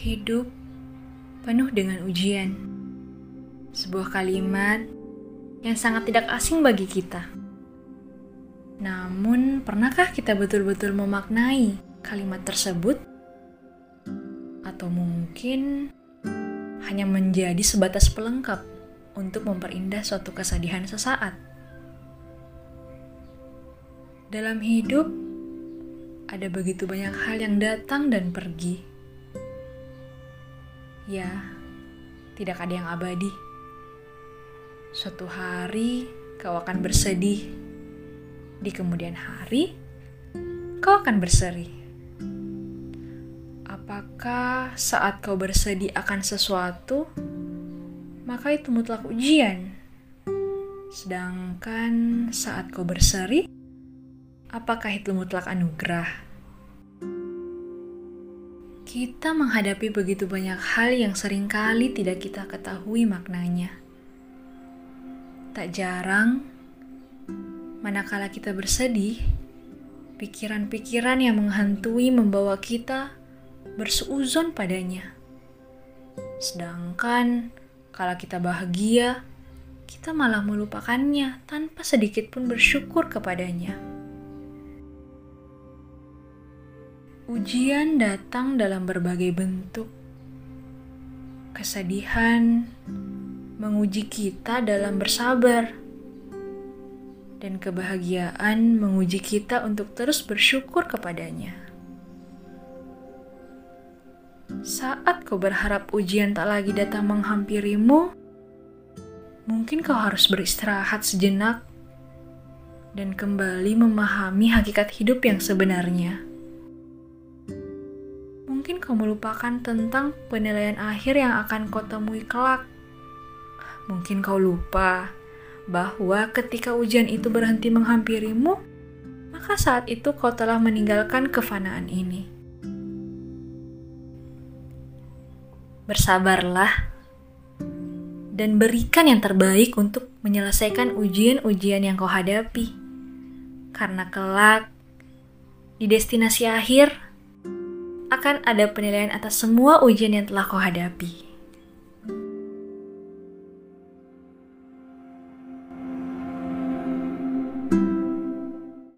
Hidup penuh dengan ujian. Sebuah kalimat yang sangat tidak asing bagi kita. Namun, pernahkah kita betul-betul memaknai kalimat tersebut? Atau mungkin hanya menjadi sebatas pelengkap untuk memperindah suatu kesedihan sesaat? Dalam hidup, ada begitu banyak hal yang datang dan pergi. Ya, tidak ada yang abadi. Suatu hari kau akan bersedih, di kemudian hari kau akan berseri. Apakah saat kau bersedih akan sesuatu, maka itu mutlak ujian? Sedangkan saat kau berseri, apakah itu mutlak anugerah? Kita menghadapi begitu banyak hal yang seringkali tidak kita ketahui maknanya. Tak jarang, manakala kita bersedih, pikiran-pikiran yang menghantui membawa kita bersuuzon padanya. Sedangkan, kalau kita bahagia, kita malah melupakannya tanpa sedikit pun bersyukur kepadanya. Ujian datang dalam berbagai bentuk. Kesedihan menguji kita dalam bersabar, dan kebahagiaan menguji kita untuk terus bersyukur kepadanya. Saat kau berharap ujian tak lagi datang menghampirimu, mungkin kau harus beristirahat sejenak dan kembali memahami hakikat hidup yang sebenarnya. Mungkin kau melupakan tentang penilaian akhir yang akan kau temui kelak. Mungkin kau lupa bahwa ketika ujian itu berhenti menghampirimu, maka saat itu kau telah meninggalkan kefanaan ini. Bersabarlah dan berikan yang terbaik untuk menyelesaikan ujian-ujian yang kau hadapi. Karena kelak, di destinasi akhir, akan ada penilaian atas semua ujian yang telah kau hadapi.